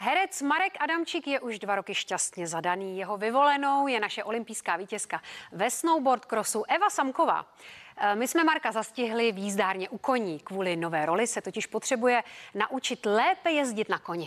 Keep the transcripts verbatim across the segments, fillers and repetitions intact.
Herec Marek Adamčík je už dva roky šťastně zadaný. Jeho vyvolenou je naše olympijská vítězka ve snowboard crossu Eva Samková. My jsme Marka zastihli v jízdárně u koní. Kvůli nové roli se totiž potřebuje naučit lépe jezdit na koni.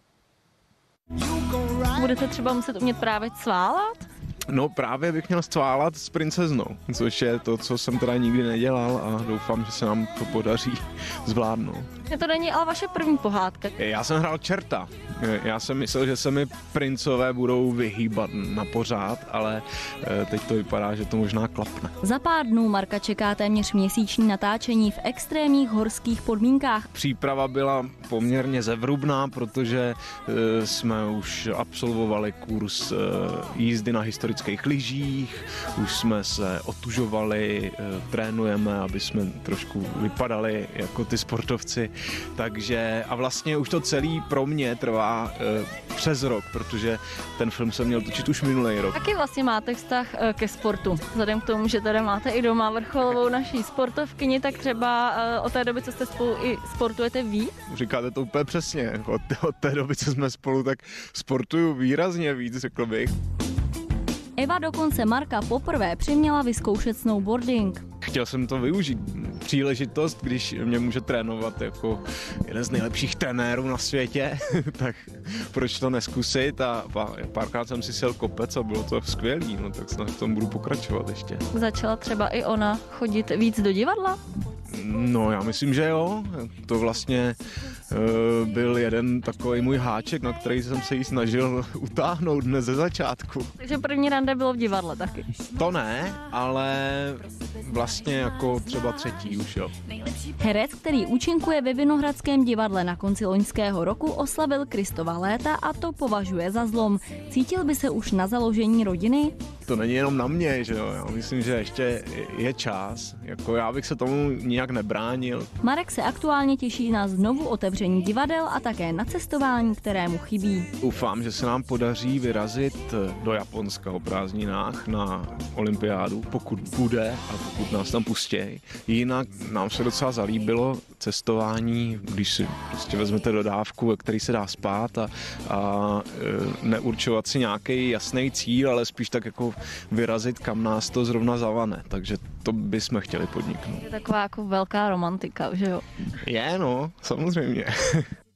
Budete třeba muset umět právě cválat? No právě bych měl stválat s princeznou, což je to, co jsem teda nikdy nedělal a doufám, že se nám to podaří zvládnout. To není ale vaše první pohádka. Já jsem hrál čerta. Já jsem myslel, že se mi princové budou vyhýbat na pořád, ale teď to vypadá, že to možná klapne. Za pár dnů Marka čeká téměř měsíční natáčení v extrémních horských podmínkách. Příprava byla poměrně zevrubná, protože jsme už absolvovali kurz jízdy na historických lyžích, už jsme se otužovali, trénujeme, aby jsme trošku vypadali jako ty sportovci. Takže a vlastně už to celý pro mě trvá e, přes rok, protože ten film jsem měl točit už minulý rok. Jaký vlastně máte vztah e, ke sportu? Vzhledem k tomu, že tady máte i doma vrcholovou naší sportovkyni, tak třeba e, od té doby, co jste spolu, i sportujete víc? Říkáte to úplně přesně. Od, od té doby, co jsme spolu, tak sportuju výrazně víc, řekl bych. Eva dokonce Marka poprvé přiměla vyzkoušet snowboarding. Chtěl jsem to využít, příležitost, když mě může trénovat jako jeden z nejlepších trenérů na světě, tak proč to neskusit a párkrát jsem si sjel kopec a bylo to skvělý, no tak snad v tom budu pokračovat ještě. Začala třeba i ona chodit víc do divadla? No já myslím, že jo, to vlastně uh, byl jeden takový můj háček, na který jsem se jí snažil utáhnout dnes ze začátku. Takže první rande bylo v divadle taky? To ne, ale vlastně jako třeba třetí už jo. Herec, který účinkuje ve Vinohradském divadle na konci loňského roku, oslavil Kristova léta a to považuje za zlom. Cítil by se už na založení rodiny? To není jenom na mě, že jo, já myslím, že ještě je čas, jako já bych se tomu nijak nebránil. Marek se aktuálně těší na znovu otevření divadel a také na cestování, které mu chybí. Doufám, že se nám podaří vyrazit do Japonska o prázdninách na olympiádu, pokud bude a pokud nás tam pustějí. Jinak nám se docela zalíbilo cestování, když si prostě vezmete dodávku, ve který se dá spát a, a neurčovat si nějaký jasný cíl, ale spíš tak jako vyrazit, kam nás to zrovna zavane. Takže to bychom chtěli podniknout. Je taková jako velká romantika, že jo? Je, no, samozřejmě.